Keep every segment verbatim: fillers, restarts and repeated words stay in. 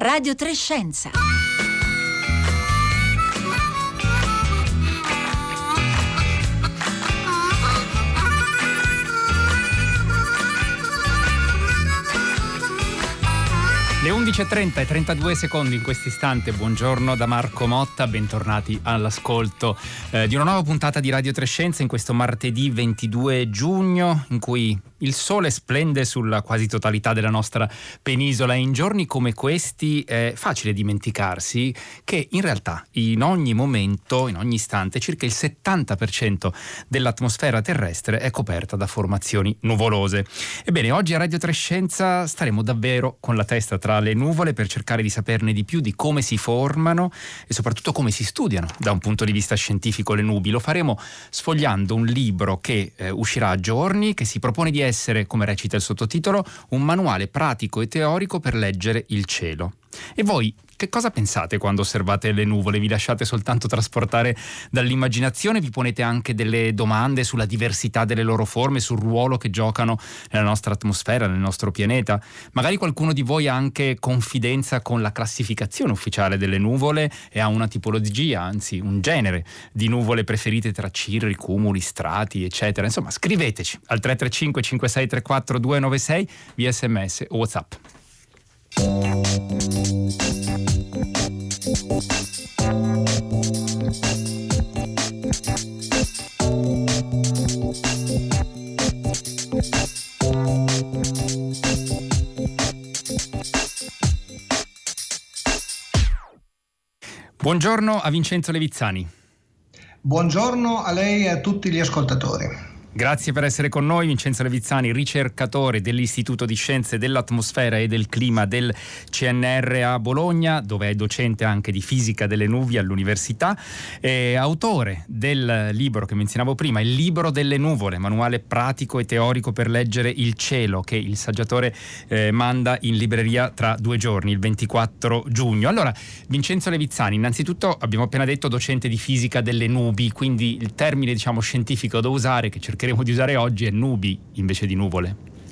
Radio tre Scienza. Le undici e trenta e trentadue secondi in questo istante. Buongiorno da Marco Motta, bentornati all'ascolto eh, di una nuova puntata di Radio tre Scienze in questo martedì ventidue giugno, in cui il sole splende sulla quasi totalità della nostra penisola. E in giorni come questi è facile dimenticarsi che in realtà in ogni momento, in ogni istante, circa il settanta per cento dell'atmosfera terrestre è coperta da formazioni nuvolose. Ebbene, oggi a Radio tre Scienza staremo davvero con la testa tra le nuvole per cercare di saperne di più di come si formano e soprattutto come si studiano da un punto di vista scientifico le nubi. Lo faremo sfogliando un libro che eh, uscirà a giorni, che si propone di essere, come recita il sottotitolo, un manuale pratico e teorico per leggere il cielo. E voi che cosa pensate quando osservate le nuvole? Vi lasciate soltanto trasportare dall'immaginazione? Vi ponete anche delle domande sulla diversità delle loro forme, sul ruolo che giocano nella nostra atmosfera, nel nostro pianeta? Magari qualcuno di voi ha anche confidenza con la classificazione ufficiale delle nuvole e ha una tipologia, anzi un genere di nuvole preferite tra cirri, cumuli, strati, eccetera. Insomma, scriveteci al tre tre cinque cinque sei tre quattro due nove sei via sms o WhatsApp. Buongiorno a Vincenzo Levizzani. Buongiorno a lei e a tutti gli ascoltatori. Grazie per essere con noi. Vincenzo Levizzani, ricercatore dell'Istituto di Scienze dell'Atmosfera e del Clima del C N R a Bologna, dove è docente anche di fisica delle nubi all'università, e autore del libro che menzionavo prima, Il libro delle nuvole, manuale pratico e teorico per leggere il cielo, che il saggiatore eh, manda in libreria tra due giorni, il ventiquattro giugno. Allora, Vincenzo Levizzani, innanzitutto abbiamo appena detto docente di fisica delle nubi, quindi il termine, diciamo, scientifico da usare, che cercheremo di usare oggi, è nubi invece di nuvole.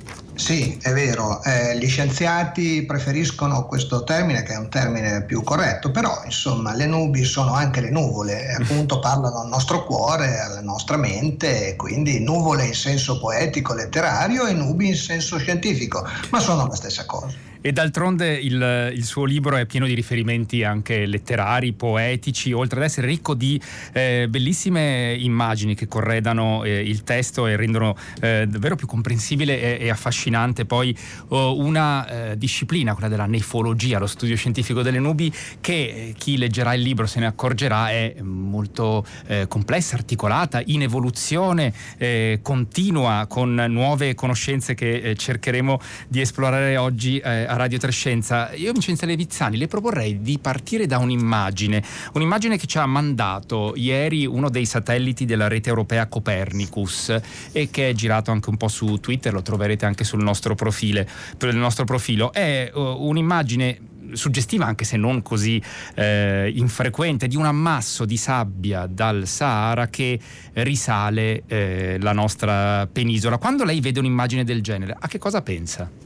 Sì, è vero, eh, gli scienziati preferiscono questo termine, che è un termine più corretto, però insomma le nubi sono anche le nuvole, appunto parlano al nostro cuore, alla nostra mente, quindi nuvole in senso poetico, letterario, e nubi in senso scientifico, ma sono la stessa cosa. E d'altronde il, il suo libro è pieno di riferimenti anche letterari, poetici, oltre ad essere ricco di eh, bellissime immagini che corredano eh, il testo e rendono eh, davvero più comprensibile e, e affascinante poi oh, una eh, disciplina, quella della nefologia, lo studio scientifico delle nubi, che eh, chi leggerà il libro se ne accorgerà è molto eh, complessa, articolata, in evoluzione eh, continua, con nuove conoscenze che eh, cercheremo di esplorare oggi eh, a Radio tre Scienza. Io, Vincenzo Levizzani, le proporrei di partire da un'immagine, un'immagine che ci ha mandato ieri uno dei satelliti della rete europea Copernicus e che è girato anche un po' su Twitter, lo troverete anche sul nostro profilo. Il nostro profilo è uh, un'immagine suggestiva, anche se non così eh, infrequente, di un ammasso di sabbia dal Sahara che risale eh, la nostra penisola. Quando lei vede un'immagine del genere, a che cosa pensa?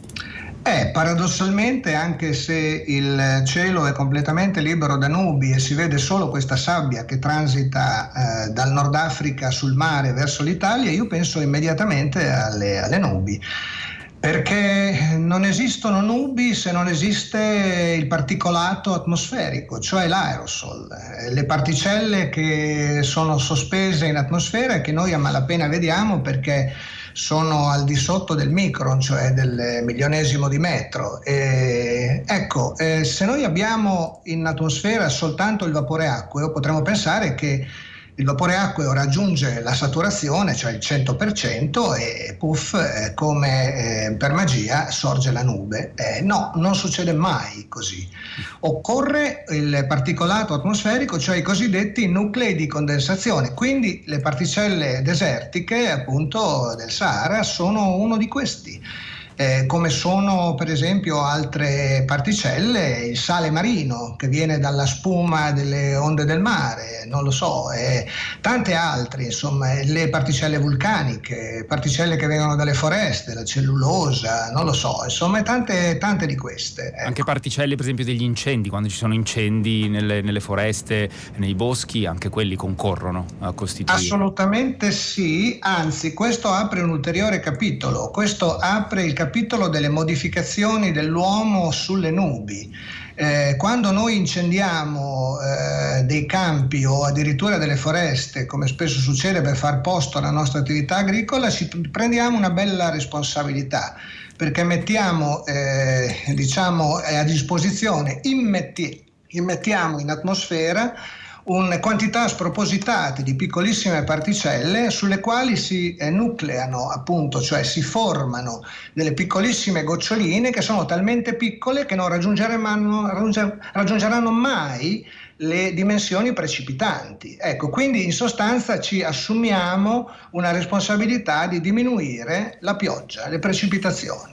Eh, paradossalmente, anche se il cielo è completamente libero da nubi e si vede solo questa sabbia che transita eh, dal Nord Africa sul mare verso l'Italia, io penso immediatamente alle, alle nubi. Perché non esistono nubi se non esiste il particolato atmosferico, cioè l'aerosol, le particelle che sono sospese in atmosfera e che noi a malapena vediamo perché sono al di sotto del micron, cioè del milionesimo di metro. E ecco, eh, se noi abbiamo in atmosfera soltanto il vapore acqueo, potremmo pensare che il vapore acqueo raggiunge la saturazione, cioè il cento per cento, e puff, eh, come eh, per magia sorge la nube. Eh, no, non succede mai così. Occorre il particolato atmosferico, cioè i cosiddetti nuclei di condensazione. Quindi le particelle desertiche, appunto, del Sahara sono uno di questi. eh, come sono per esempio altre particelle, il sale marino che viene dalla spuma delle onde del mare, non lo so, e tante altre, insomma, le particelle vulcaniche, particelle che vengono dalle foreste, la cellulosa, non lo so, insomma, tante, tante di queste. Ecco. Anche particelle, per esempio, degli incendi, quando ci sono incendi nelle, nelle foreste, nei boschi, anche quelli concorrono a costituire. Assolutamente sì, anzi questo apre un ulteriore capitolo, questo apre il capitolo delle modificazioni dell'uomo sulle nubi. Eh, quando noi incendiamo eh, dei campi o addirittura delle foreste, come spesso succede per far posto alla nostra attività agricola, ci prendiamo una bella responsabilità, perché mettiamo eh, diciamo a disposizione, immetti, immettiamo in atmosfera una quantità spropositate di piccolissime particelle sulle quali si eh, nucleano, appunto, cioè si formano delle piccolissime goccioline che sono talmente piccole che non raggiungeranno, raggiungeranno mai le dimensioni precipitanti. Ecco, quindi in sostanza ci assumiamo una responsabilità di diminuire la pioggia, le precipitazioni.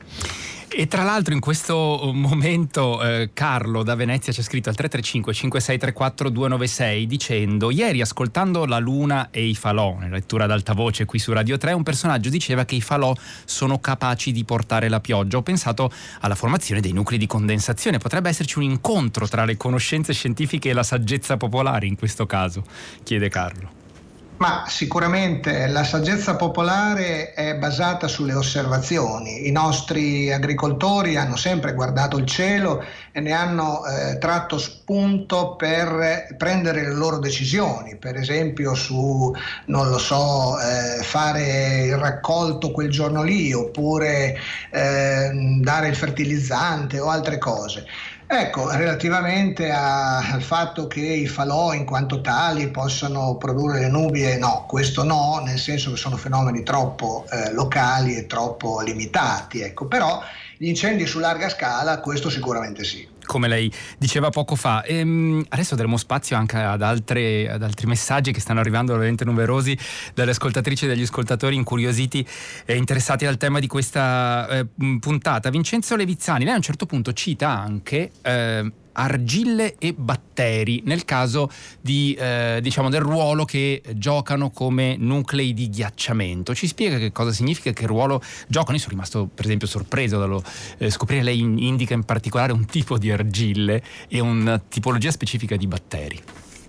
E tra l'altro in questo momento eh, Carlo da Venezia ci ha scritto al tre tre cinque cinque sei tre quattro due nove sei dicendo: ieri ascoltando La Luna e i falò, nella lettura ad alta voce qui su Radio tre, un personaggio diceva che i falò sono capaci di portare la pioggia. Ho pensato alla formazione dei nuclei di condensazione. Potrebbe esserci un incontro tra le conoscenze scientifiche e la saggezza popolare in questo caso, chiede Carlo. Ma sicuramente la saggezza popolare è basata sulle osservazioni. I nostri agricoltori hanno sempre guardato il cielo e ne hanno eh, tratto spunto per prendere le loro decisioni, per esempio su, non lo so, eh, fare il raccolto quel giorno lì, oppure eh, dare il fertilizzante o altre cose. Ecco, relativamente a, al fatto che i falò in quanto tali possano produrre le nubi, no, questo no, nel senso che sono fenomeni troppo eh, locali e troppo limitati, ecco, però gli incendi su larga scala, questo sicuramente sì. Come lei diceva poco fa. Ehm, adesso daremo spazio anche ad, altre, ad altri messaggi che stanno arrivando veramente numerosi dalle ascoltatrici e dagli ascoltatori incuriositi e interessati al tema di questa eh, puntata. Vincenzo Levizzani, lei a un certo punto cita anche eh, argille e batteri nel caso di, eh, diciamo, del ruolo che giocano come nuclei di ghiacciamento. Ci spiega che cosa significa, che ruolo giocano? Io sono rimasto per esempio sorpreso dallo eh, scoprire, lei indica in particolare un tipo di argille e una tipologia specifica di batteri.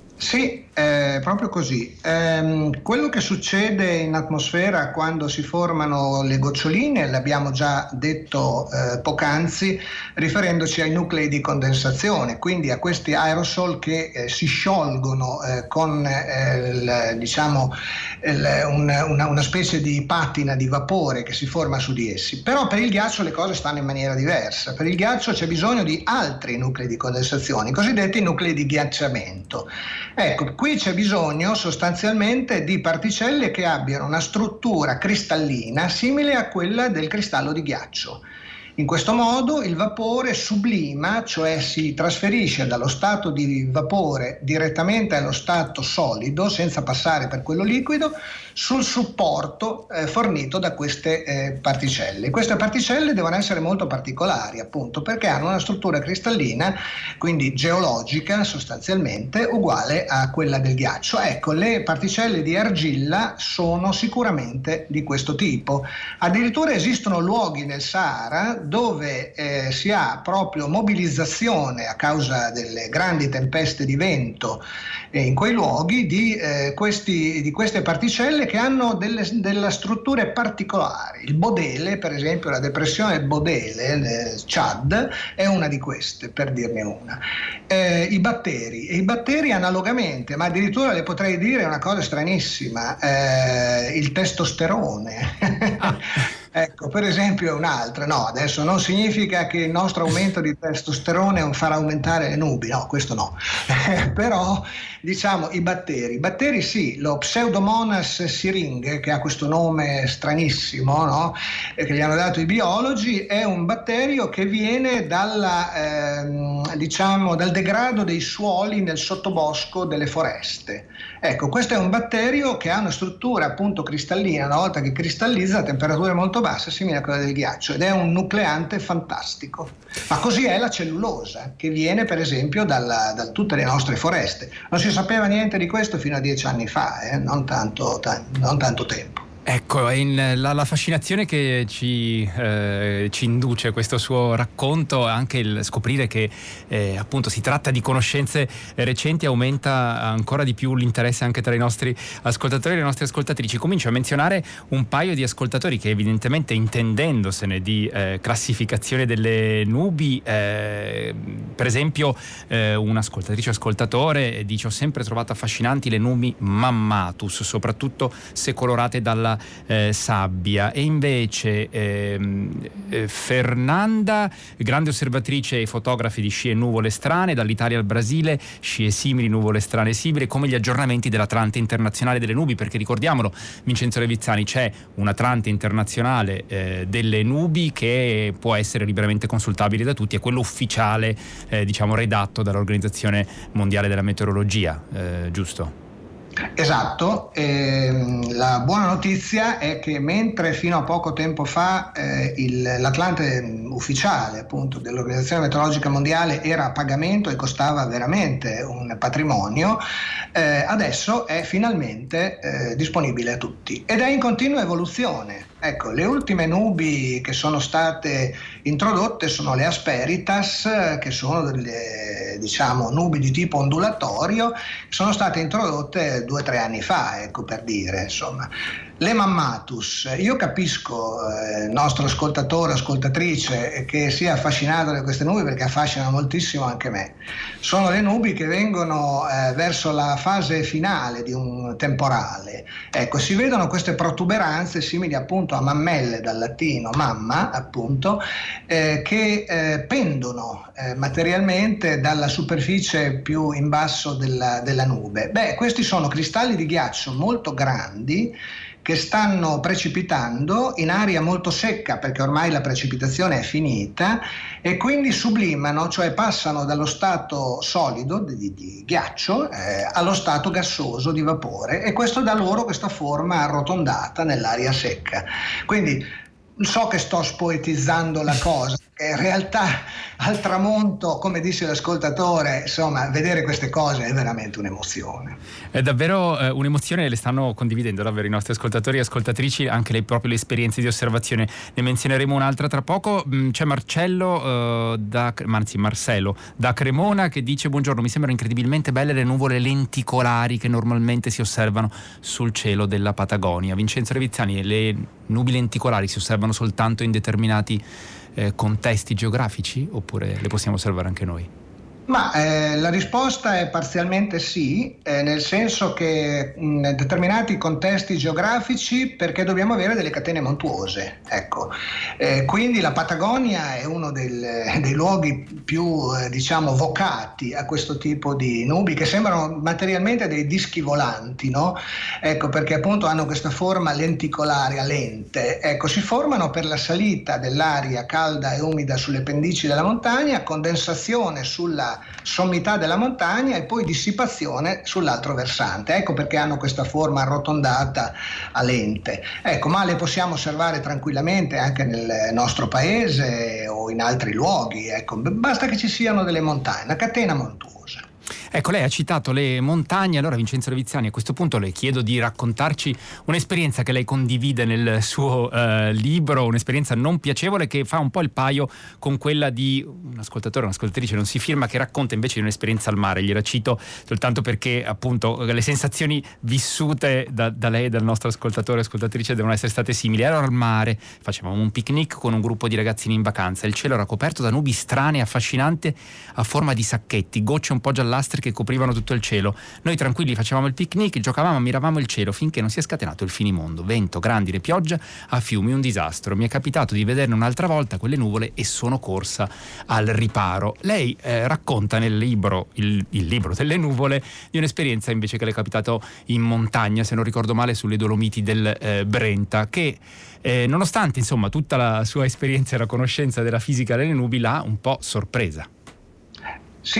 Sì, è proprio così. Ehm, quello che succede in atmosfera quando si formano le goccioline, l'abbiamo già detto eh, poc'anzi, riferendoci ai nuclei di condensazione, quindi a questi aerosol che eh, si sciolgono eh, con eh, il, diciamo il, un, una, una specie di patina di vapore che si forma su di essi. Però per il ghiaccio le cose stanno in maniera diversa. Per il ghiaccio c'è bisogno di altri nuclei di condensazione, i cosiddetti nuclei di ghiacciamento. Ecco, qui c'è bisogno sostanzialmente di particelle che abbiano una struttura cristallina simile a quella del cristallo di ghiaccio. In questo modo il vapore sublima, cioè si trasferisce dallo stato di vapore direttamente allo stato solido, senza passare per quello liquido, sul supporto eh, fornito da queste eh, particelle. Queste particelle devono essere molto particolari, appunto, perché hanno una struttura cristallina, quindi geologica sostanzialmente, uguale a quella del ghiaccio. Ecco, le particelle di argilla sono sicuramente di questo tipo. Addirittura esistono luoghi nel Sahara dove eh, si ha proprio mobilizzazione a causa delle grandi tempeste di vento eh, in quei luoghi di, eh, questi, di queste particelle che hanno delle, delle strutture particolari. Il Bodele, per esempio, la depressione del Bodele, il Chad, è una di queste, per dirne una. Eh, I batteri, e i batteri analogamente, ma addirittura le potrei dire una cosa stranissima, eh, il testosterone. Ah. Ecco, per esempio è un'altra. No, adesso non significa che il nostro aumento di testosterone farà aumentare le nubi, no, questo no. Però, diciamo, i batteri. I batteri sì, lo Pseudomonas syringae, che ha questo nome stranissimo, no? Che gli hanno dato i biologi, è un batterio che viene dalla, ehm, diciamo, dal degrado dei suoli nel sottobosco delle foreste. Ecco, questo è un batterio che ha una struttura appunto cristallina, una volta che cristallizza a temperature molto molto bassa, simile a quella del ghiaccio, ed è un nucleante fantastico. Ma così è la cellulosa, che viene per esempio dalla, da tutte le nostre foreste. Non si sapeva niente di questo fino a dieci anni fa, eh? non, tanto, ta- non tanto tempo. Ecco, in, la, la fascinazione che ci, eh, ci induce questo suo racconto, anche il scoprire che eh, appunto si tratta di conoscenze recenti, aumenta ancora di più l'interesse anche tra i nostri ascoltatori e le nostre ascoltatrici. Comincio a menzionare un paio di ascoltatori che evidentemente, intendendosene di eh, classificazione delle nubi, eh, per esempio eh, un'ascoltatrice o ascoltatore dice: ho sempre trovato affascinanti le nubi mammatus, soprattutto se colorate dalla Eh, sabbia. E invece ehm, eh, Fernanda, grande osservatrice e fotografi di scie e nuvole strane, dall'Italia al Brasile, scie simili, nuvole strane simili, come gli aggiornamenti dell'Atlante internazionale delle nubi, perché ricordiamolo, Vincenzo Revizzani, c'è un Atlante internazionale eh, delle nubi che può essere liberamente consultabile da tutti, è quello ufficiale, eh, diciamo redatto dall'Organizzazione Mondiale della Meteorologia, eh, giusto? Esatto, ehm, la buona notizia è che mentre fino a poco tempo fa eh, il, l'Atlante ufficiale appunto dell'Organizzazione Meteorologica Mondiale era a pagamento e costava veramente un patrimonio, eh, adesso è finalmente eh, disponibile a tutti ed è in continua evoluzione. Ecco, le ultime nubi che sono state introdotte sono le Asperitas, che sono delle, diciamo, nubi di tipo ondulatorio, sono state introdotte due o tre anni fa, ecco, per dire, insomma. Le Mammatus, io capisco eh, il nostro ascoltatore o ascoltatrice che sia affascinato da queste nubi, perché affascinano moltissimo anche me. Sono le nubi che vengono eh, verso la fase finale di un temporale. Ecco, si vedono queste protuberanze simili appunto a mammelle, dal latino mamma appunto, eh, che eh, pendono eh, materialmente dalla superficie più in basso della, della nube. Beh, questi sono cristalli di ghiaccio molto grandi che stanno precipitando in aria molto secca, perché ormai la precipitazione è finita, e quindi sublimano, cioè passano dallo stato solido di, di ghiaccio eh, allo stato gassoso di vapore, e questo dà loro questa forma arrotondata nell'aria secca. Quindi so che sto spoetizzando la cosa, che in realtà al tramonto, come dice l'ascoltatore, insomma, vedere queste cose è veramente un'emozione. È davvero eh, un'emozione, le stanno condividendo davvero i nostri ascoltatori e ascoltatrici, anche le proprie le esperienze di osservazione. Ne menzioneremo un'altra tra poco. C'è Marcello, eh, da, anzi Marcelo, da Cremona, che dice: buongiorno, mi sembrano incredibilmente belle le nuvole lenticolari che normalmente si osservano sul cielo della Patagonia. Vincenzo Revizzani, le nubi lenticolari si osservano soltanto in determinati eh, contesti geografici, oppure le possiamo osservare anche noi? Ma eh, la risposta è parzialmente sì, eh, nel senso che in determinati contesti geografici, perché dobbiamo avere delle catene montuose, ecco. Eh, quindi la Patagonia è uno del, dei luoghi più eh, diciamo vocati a questo tipo di nubi, che sembrano materialmente dei dischi volanti, no? Ecco, perché appunto hanno questa forma lenticolare, a lente. Ecco, si formano per la salita dell'aria calda e umida sulle pendici della montagna, condensazione sulla sommità della montagna e poi dissipazione sull'altro versante. Ecco perché hanno questa forma arrotondata a lente. Ecco, ma le possiamo osservare tranquillamente anche nel nostro paese o in altri luoghi. Ecco, basta che ci siano delle montagne, una catena montuosa. Ecco, lei ha citato le montagne, allora Vincenzo Revizzani, a questo punto le chiedo di raccontarci un'esperienza che lei condivide nel suo eh, libro, un'esperienza non piacevole che fa un po' il paio con quella di un ascoltatore, un'ascoltatrice, non si firma, che racconta invece di un'esperienza al mare. Gliela cito soltanto perché appunto le sensazioni vissute da, da lei e dal nostro ascoltatore o ascoltatrice devono essere state simili. Ero al mare, facevamo un picnic con un gruppo di ragazzini in vacanza, il cielo era coperto da nubi strane e affascinanti a forma di sacchetti, gocce un po' giallastre che coprivano tutto il cielo. Noi tranquilli facevamo il picnic, giocavamo, ammiravamo il cielo finché non si è scatenato il finimondo. Vento, grandine, pioggia, a fiumi, un disastro. Mi è capitato di vederne un'altra volta quelle nuvole e sono corsa al riparo. Lei eh, racconta nel libro, il, il libro delle nuvole, di un'esperienza invece che le è capitato in montagna, se non ricordo male, sulle Dolomiti del eh, Brenta, che eh, nonostante insomma tutta la sua esperienza e la conoscenza della fisica delle nubi l'ha un po' sorpresa. Sì,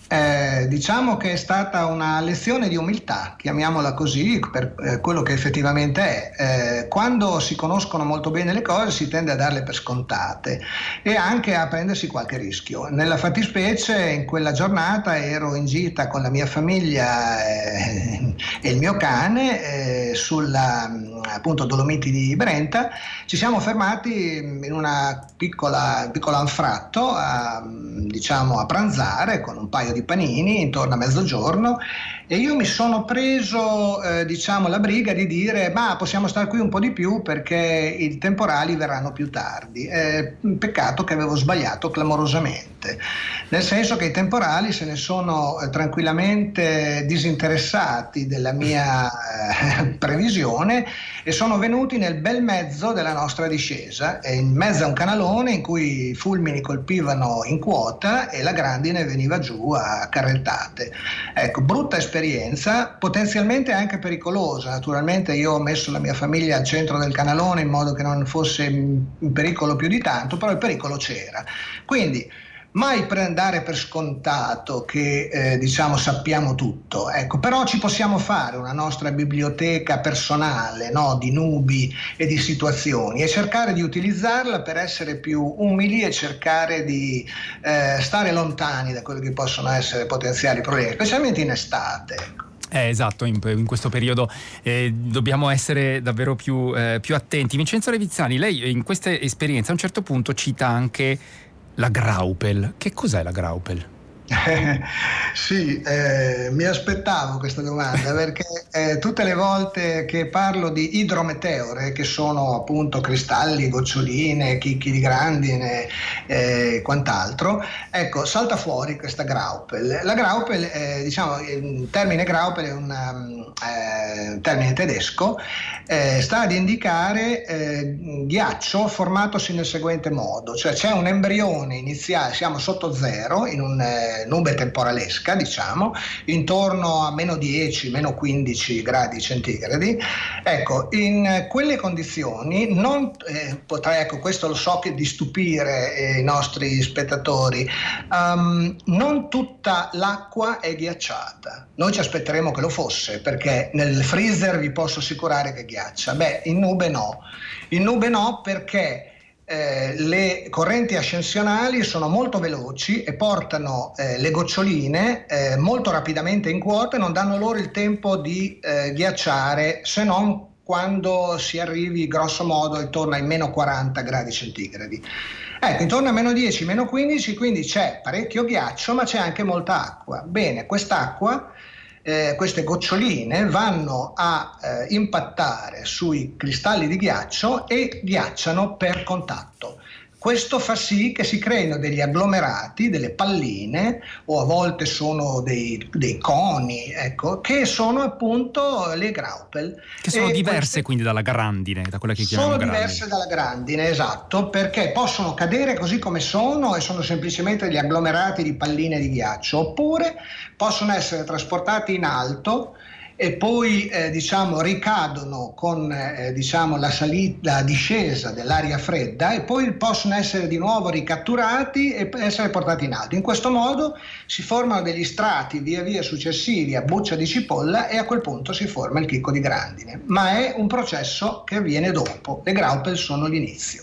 Eh, diciamo che è stata una lezione di umiltà, chiamiamola così, per eh, quello che effettivamente è. Eh, quando si conoscono molto bene le cose si tende a darle per scontate e anche a prendersi qualche rischio. Nella fattispecie, in quella giornata ero in gita con la mia famiglia eh, e il mio cane eh, sulla appunto Dolomiti di Brenta. Ci siamo fermati in una piccola piccolo anfratto a, diciamo, a pranzare con un paio di panini intorno a mezzogiorno e io mi sono preso eh, diciamo la briga di dire ma possiamo stare qui un po' di più perché i temporali verranno più tardi. Eh, peccato che avevo sbagliato clamorosamente, nel senso che i temporali se ne sono eh, tranquillamente disinteressati della mia eh, previsione e sono venuti nel bel mezzo della nostra discesa, in mezzo a un canalone in cui i fulmini colpivano in quota e la grandine veniva giù a carrettate. Ecco, brutta esperienza, potenzialmente anche pericolosa. Naturalmente io ho messo la mia famiglia al centro del canalone in modo che non fosse in pericolo più di tanto, però il pericolo c'era. Quindi mai dare per scontato che eh, diciamo sappiamo tutto, ecco, però ci possiamo fare una nostra biblioteca personale, no, di nubi e di situazioni e cercare di utilizzarla per essere più umili e cercare di eh, stare lontani da quelli che possono essere potenziali problemi, specialmente in estate. Eh, esatto, in, in questo periodo eh, dobbiamo essere davvero più, eh, più attenti. Vincenzo Levizzani, lei in questa esperienza a un certo punto cita anche la Graupel. Che cos'è la Graupel? Sì, eh, mi aspettavo questa domanda perché eh, tutte le volte che parlo di idrometeore, che sono appunto cristalli, goccioline, chicchi di grandine e eh, quant'altro, ecco, salta fuori questa Graupel. La Graupel, eh, diciamo, il termine Graupel è un eh, termine tedesco, eh, sta ad indicare eh, ghiaccio formatosi nel seguente modo, cioè c'è un embrione iniziale, siamo sotto zero, in un eh, nube temporalesca, diciamo, intorno a meno dieci, meno quindici gradi centigradi. Ecco, in quelle condizioni non eh, potrei, ecco, questo lo so che di stupire eh, i nostri spettatori, um, non tutta l'acqua è ghiacciata. Noi ci aspetteremo che lo fosse, perché nel freezer vi posso assicurare che ghiaccia. Beh, in nube no. In nube no perché Eh, le correnti ascensionali sono molto veloci e portano eh, le goccioline eh, molto rapidamente in quota e non danno loro il tempo di eh, ghiacciare, se non quando si arrivi grosso modo intorno ai meno quaranta gradi centigradi. Ecco, intorno a meno dieci, meno quindici, quindi c'è parecchio ghiaccio ma c'è anche molta acqua. Bene, quest'acqua Eh, queste goccioline vanno a eh, impattare sui cristalli di ghiaccio e ghiacciano per contatto. Questo fa sì che si creino degli agglomerati, delle palline o a volte sono dei, dei coni, ecco, che sono appunto le Graupel. Che sono e diverse queste quindi dalla grandine, da quella che chiamiamo sono grandine. diverse dalla grandine, esatto, perché possono cadere così come sono e sono semplicemente degli agglomerati di palline di ghiaccio, oppure possono essere trasportati in alto e poi eh, diciamo ricadono con eh, diciamo la salita, la discesa dell'aria fredda e poi possono essere di nuovo ricatturati e essere portati in alto. In questo modo si formano degli strati via via successivi a buccia di cipolla e a quel punto si forma il chicco di grandine, ma è un processo che avviene dopo. Le Graupel sono l'inizio.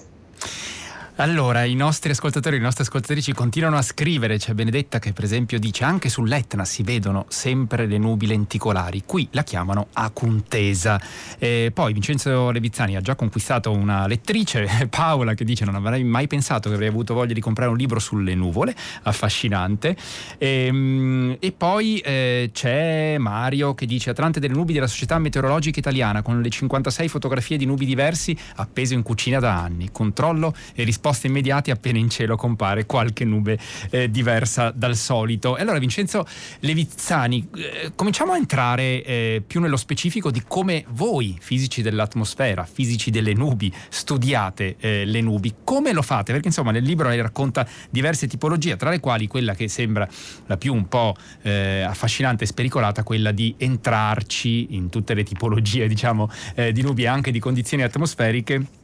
Allora, i nostri ascoltatori e le nostre ascoltatrici continuano a scrivere. C'è Benedetta che per esempio dice: anche sull'Etna si vedono sempre le nubi lenticolari, qui la chiamano acuntesa. E poi Vincenzo Levizzani ha già conquistato una lettrice, Paola, che dice: non avrei mai pensato che avrei avuto voglia di comprare un libro sulle nuvole, affascinante. E, e poi eh, c'è Mario che dice: Atlante delle nubi della Società Meteorologica Italiana, con le cinquantasei fotografie di nubi diversi appeso in cucina da anni, controllo e risposta immediati appena in cielo compare qualche nube eh, diversa dal solito. E allora, Vincenzo Levizzani, eh, cominciamo a entrare eh, più nello specifico di come voi, fisici dell'atmosfera, fisici delle nubi, studiate eh, le nubi. Come lo fate? Perché insomma nel libro lei racconta diverse tipologie, tra le quali quella che sembra la più un po' eh, affascinante e spericolata, quella di entrarci in tutte le tipologie, diciamo, eh, di nubi e anche di condizioni atmosferiche,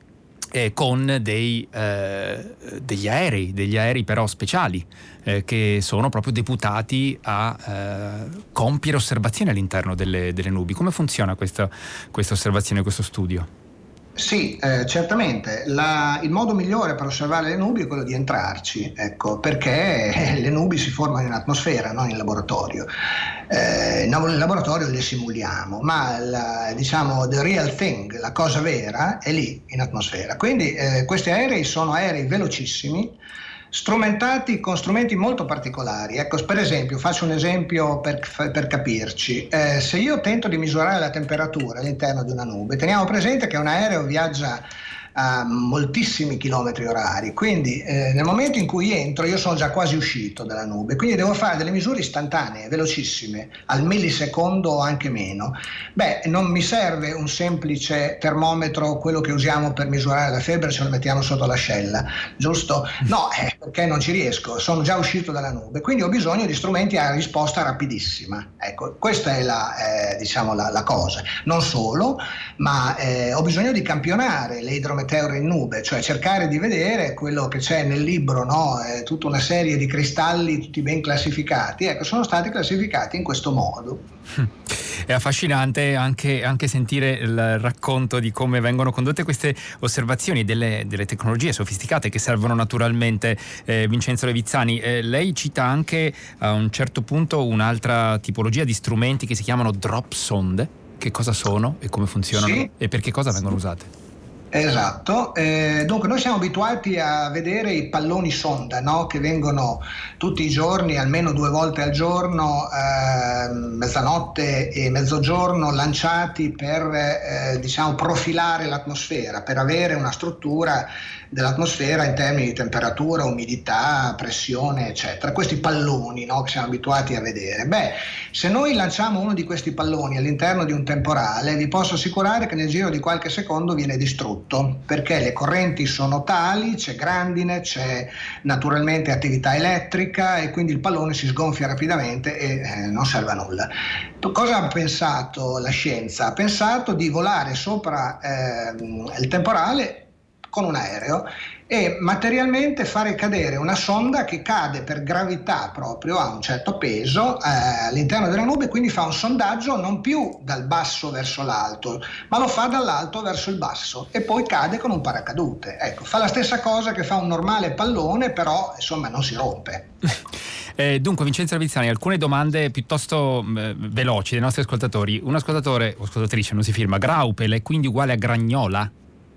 eh, con dei, eh, degli aerei, degli aerei però speciali, eh, che sono proprio deputati a eh, compiere osservazioni all'interno delle, delle nubi. Come funziona questa, questa osservazione, questo studio? Sì, eh, certamente. La, il modo migliore per osservare le nubi è quello di entrarci, ecco, perché le nubi si formano in atmosfera, non in laboratorio. Eh, in laboratorio le simuliamo, ma la, diciamo the real thing, la cosa vera, è lì in atmosfera. Quindi eh, questi aerei sono aerei velocissimi, strumentati con strumenti molto particolari. Ecco, per esempio, faccio un esempio per, per capirci. Eh, se io tento di misurare la temperatura all'interno di una nube, teniamo presente che un aereo viaggia a moltissimi chilometri orari, quindi eh, nel momento in cui entro io sono già quasi uscito dalla nube, quindi devo fare delle misure istantanee, velocissime, al millisecondo o anche meno. Beh, non mi serve un semplice termometro, quello che usiamo per misurare la febbre, ce lo mettiamo sotto l'ascella, giusto? No, eh, perché non ci riesco, sono già uscito dalla nube, quindi ho bisogno di strumenti a risposta rapidissima. Ecco, questa è la, eh, diciamo la, la cosa. Non solo, ma eh, ho bisogno di campionare le idrometeore in nube, cioè cercare di vedere quello che c'è nel libro, no? Eh, tutta una serie di cristalli tutti ben classificati, ecco, sono stati classificati in questo modo. È affascinante anche, anche sentire il racconto di come vengono condotte queste osservazioni, delle, delle tecnologie sofisticate che servono naturalmente. eh, Vincenzo Levizzani, eh, lei cita anche a un certo punto un'altra tipologia di strumenti che si chiamano drop sonde. Che cosa sono e come funzionano? Sì. E per che cosa vengono usate? Esatto, eh, dunque noi siamo abituati a vedere i palloni sonda, no? Che vengono tutti i giorni, almeno due volte al giorno, eh, mezzanotte e mezzogiorno, lanciati per eh, diciamo profilare l'atmosfera, per avere una struttura dell'atmosfera in termini di temperatura, umidità, pressione, eccetera. Questi palloni, no? Che siamo abituati a vedere. Beh, se noi lanciamo uno di questi palloni all'interno di un temporale, vi posso assicurare che nel giro di qualche secondo viene distrutto, perché le correnti sono tali, c'è grandine, c'è naturalmente attività elettrica e quindi il pallone si sgonfia rapidamente e eh, non serve a nulla. Cosa ha pensato la scienza? Ha pensato di volare sopra eh, il temporale con un aereo e materialmente fare cadere una sonda che cade per gravità proprio a un certo peso eh, all'interno della nube, quindi fa un sondaggio non più dal basso verso l'alto, ma lo fa dall'alto verso il basso e poi cade con un paracadute. Ecco, fa la stessa cosa che fa un normale pallone, però insomma non si rompe. Eh, dunque, Vincenzo Levizzani, alcune domande piuttosto eh, veloci dei nostri ascoltatori. Un ascoltatore o ascoltatrice non si firma, Graupel è quindi uguale a Gragnola?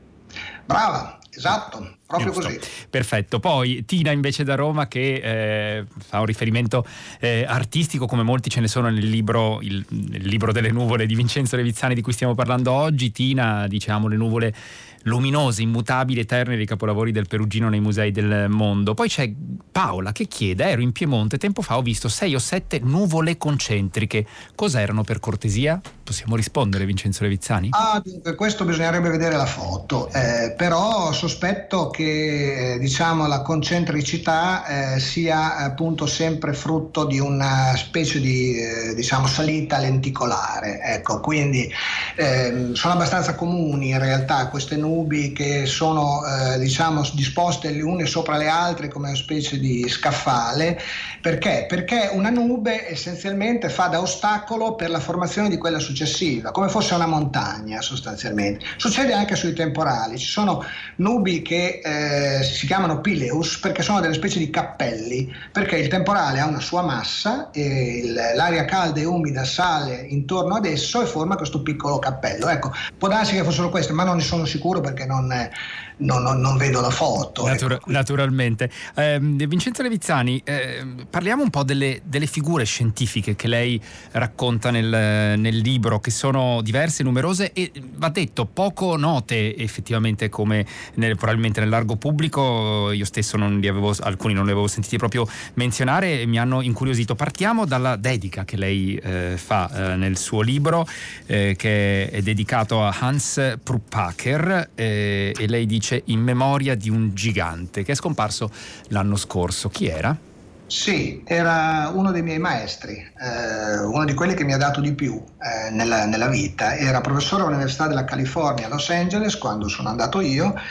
Brava, esatto, proprio Giusto. Così. Perfetto. Poi Tina invece da Roma che eh, fa un riferimento eh, artistico, come molti ce ne sono nel libro, il, nel libro delle nuvole di Vincenzo Levizzani di cui stiamo parlando oggi. Tina, diciamo, le nuvole luminose, immutabili, eterne dei capolavori del Perugino nei musei del mondo. Poi c'è Paola che chiede: ero in Piemonte tempo fa, ho visto sei o sette nuvole concentriche, cos'erano per cortesia? Possiamo rispondere, Vincenzo Levizzani? Ah, dunque, questo bisognerebbe vedere la foto, eh, però sospetto che eh, diciamo la concentricità eh, sia appunto sempre frutto di una specie di eh, diciamo salita lenticolare, ecco, quindi eh, sono abbastanza comuni in realtà queste nubi che sono eh, diciamo disposte le une sopra le altre come una specie di scaffale. Perché? Perché una nube essenzialmente fa da ostacolo per la formazione di quella successiva, come fosse una montagna sostanzialmente. Succede anche sui temporali, ci sono nubi che eh, si chiamano pileus perché sono delle specie di cappelli, perché il temporale ha una sua massa e il, l'aria calda e umida sale intorno ad esso e forma questo piccolo cappello. Ecco, può darsi che fossero queste, ma non ne sono sicuro perché non, non, non, non vedo la foto. Natura- ecco. Naturalmente. Eh, Vincenzo Levizzani, eh, parliamo un po' delle, delle figure scientifiche che lei racconta nel, nel libro, che sono diverse, numerose e, va detto, poco note effettivamente, come nel, probabilmente nel largo pubblico. Io stesso non li avevo, alcuni non li avevo sentiti proprio menzionare e mi hanno incuriosito. Partiamo dalla dedica che lei eh, fa eh, nel suo libro, eh, che è dedicato a Hans Pruppacher, eh, e lei dice: in memoria di un gigante che è scomparso l'anno scorso. Chi era? Sì, era uno dei miei maestri, eh, uno di quelli che mi ha dato di più eh, nella, nella vita. Era professore all'Università della California a Los Angeles quando sono andato io,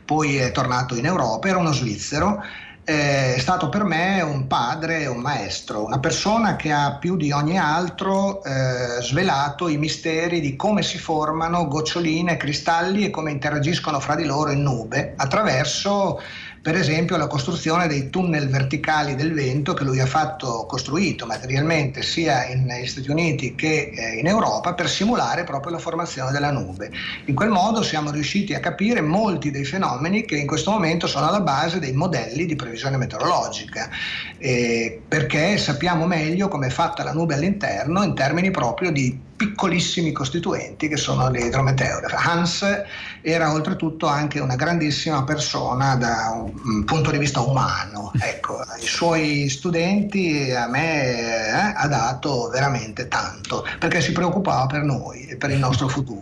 poi è tornato in Europa, era uno svizzero. È stato per me un padre, un maestro, una persona che ha più di ogni altro eh, svelato i misteri di come si formano goccioline, cristalli e come interagiscono fra di loro in nube attraverso, per esempio, la costruzione dei tunnel verticali del vento che lui ha fatto costruito materialmente sia negli Stati Uniti che eh, in Europa per simulare proprio la formazione della nube. In quel modo siamo riusciti a capire molti dei fenomeni che in questo momento sono alla base dei modelli di previsione meteorologica, eh, perché sappiamo meglio come è fatta la nube all'interno in termini proprio di piccolissimi costituenti che sono le idrometeore. Hans era oltretutto anche una grandissima persona da un punto di vista umano, ecco, ai suoi studenti a me eh, ha dato veramente tanto perché si preoccupava per noi e per il nostro futuro.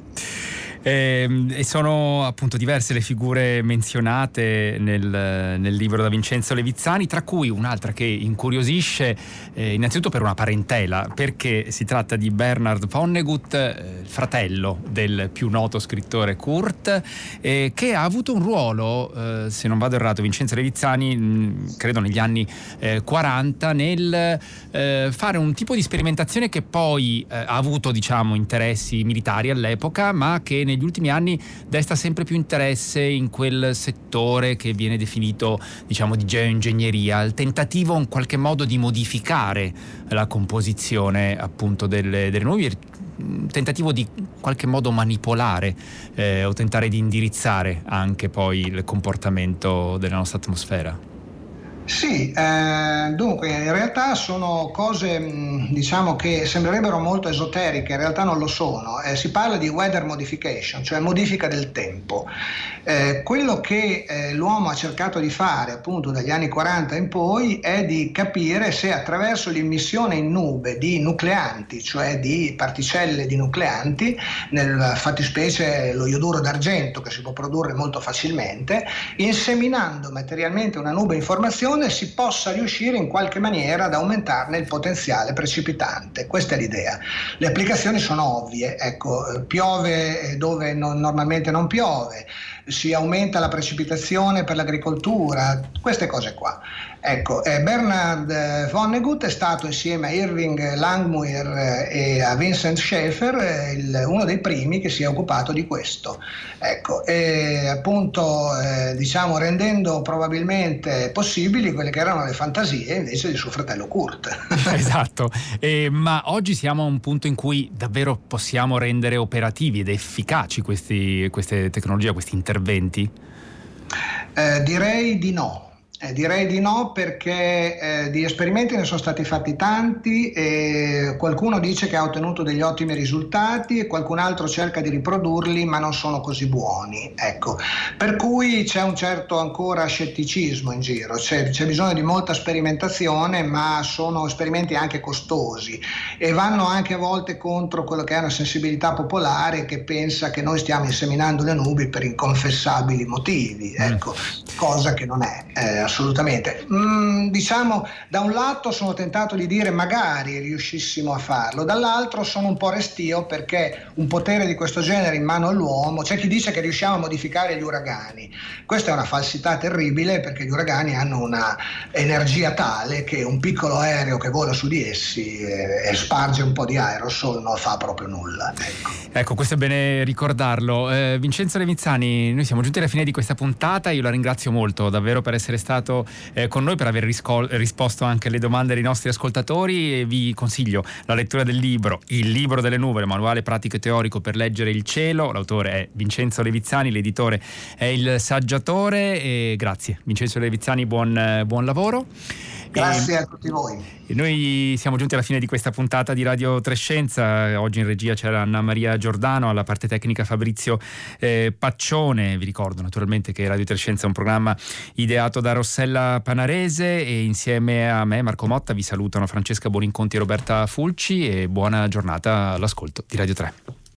E sono appunto diverse le figure menzionate nel, nel libro da Vincenzo Levizzani, tra cui un'altra che incuriosisce eh, innanzitutto per una parentela, perché si tratta di Bernard Vonnegut, eh, il fratello del più noto scrittore Kurt, eh, che ha avuto un ruolo, eh, se non vado errato, Vincenzo Levizzani, mh, credo negli anni eh, quaranta, nel eh, fare un tipo di sperimentazione che poi eh, ha avuto, diciamo, interessi militari all'epoca, ma che negli ultimi anni desta sempre più interesse in quel settore che viene definito, diciamo, di geoingegneria, il tentativo in qualche modo di modificare la composizione appunto delle, delle nubi, il tentativo di in qualche modo manipolare eh, o tentare di indirizzare anche poi il comportamento della nostra atmosfera. Sì, eh, dunque in realtà sono cose mh, diciamo che sembrerebbero molto esoteriche, in realtà non lo sono. Eh, si parla di weather modification, cioè modifica del tempo. Eh, quello che eh, l'uomo ha cercato di fare appunto dagli anni quaranta in poi è di capire se attraverso l'immissione in nube di nucleanti, cioè di particelle di nucleanti, nel fattispecie lo ioduro d'argento che si può produrre molto facilmente, inseminando materialmente una nube informazione si possa riuscire in qualche maniera ad aumentarne il potenziale precipitante. Questa è l'idea. Le applicazioni sono ovvie, ecco, piove dove non, normalmente non piove, si aumenta la precipitazione per l'agricoltura, queste cose qua. Ecco, eh, Bernard Vonnegut è stato insieme a Irving Langmuir eh, e a Vincent Schaeffer eh, il, uno dei primi che si è occupato di questo. Ecco, e appunto eh, diciamo rendendo probabilmente possibili quelle che erano le fantasie invece di suo fratello Kurt. Esatto, eh, ma oggi siamo a un punto in cui davvero possiamo rendere operativi ed efficaci questi, queste tecnologie, questi interventi? Eh, direi di no. Eh, direi di no perché eh, di esperimenti ne sono stati fatti tanti e qualcuno dice che ha ottenuto degli ottimi risultati e qualcun altro cerca di riprodurli ma non sono così buoni, ecco, per cui c'è un certo ancora scetticismo in giro, c'è, c'è bisogno di molta sperimentazione, ma sono esperimenti anche costosi e vanno anche a volte contro quello che è una sensibilità popolare che pensa che noi stiamo inseminando le nubi per inconfessabili motivi, ecco, mm. cosa che non è eh, assolutamente. Mm, diciamo, da un lato sono tentato di dire magari riuscissimo a farlo, dall'altro sono un po' restio perché un potere di questo genere in mano all'uomo, c'è chi dice che riusciamo a modificare gli uragani, questa è una falsità terribile perché gli uragani hanno una energia tale che un piccolo aereo che vola su di essi e, e sparge un po' di aerosol non fa proprio nulla, ecco. Ecco, questo è bene ricordarlo. Eh, Vincenzo Levizzani, noi siamo giunti alla fine di questa puntata, io la ringrazio molto davvero per essere stato eh, con noi, per aver riscol- risposto anche alle domande dei nostri ascoltatori, e vi consiglio la lettura del libro Il libro delle nuvole, manuale pratico e teorico per leggere il cielo. L'autore è Vincenzo Levizzani, l'editore è Il Saggiatore. E grazie Vincenzo Levizzani, buon, buon lavoro. Grazie e, a tutti voi. E noi siamo giunti alla fine di questa puntata di Radio Trescenza. Oggi in regia c'era Anna Maria Giordano, alla parte tecnica Fabrizio eh, Paccione. Vi ricordo naturalmente che Radio Trescenza è un programma ideato da Rossella Panarese e insieme a me, Marco Motta, vi salutano Francesca Boninconti e Roberta Fulci, e buona giornata all'ascolto di Radio tre.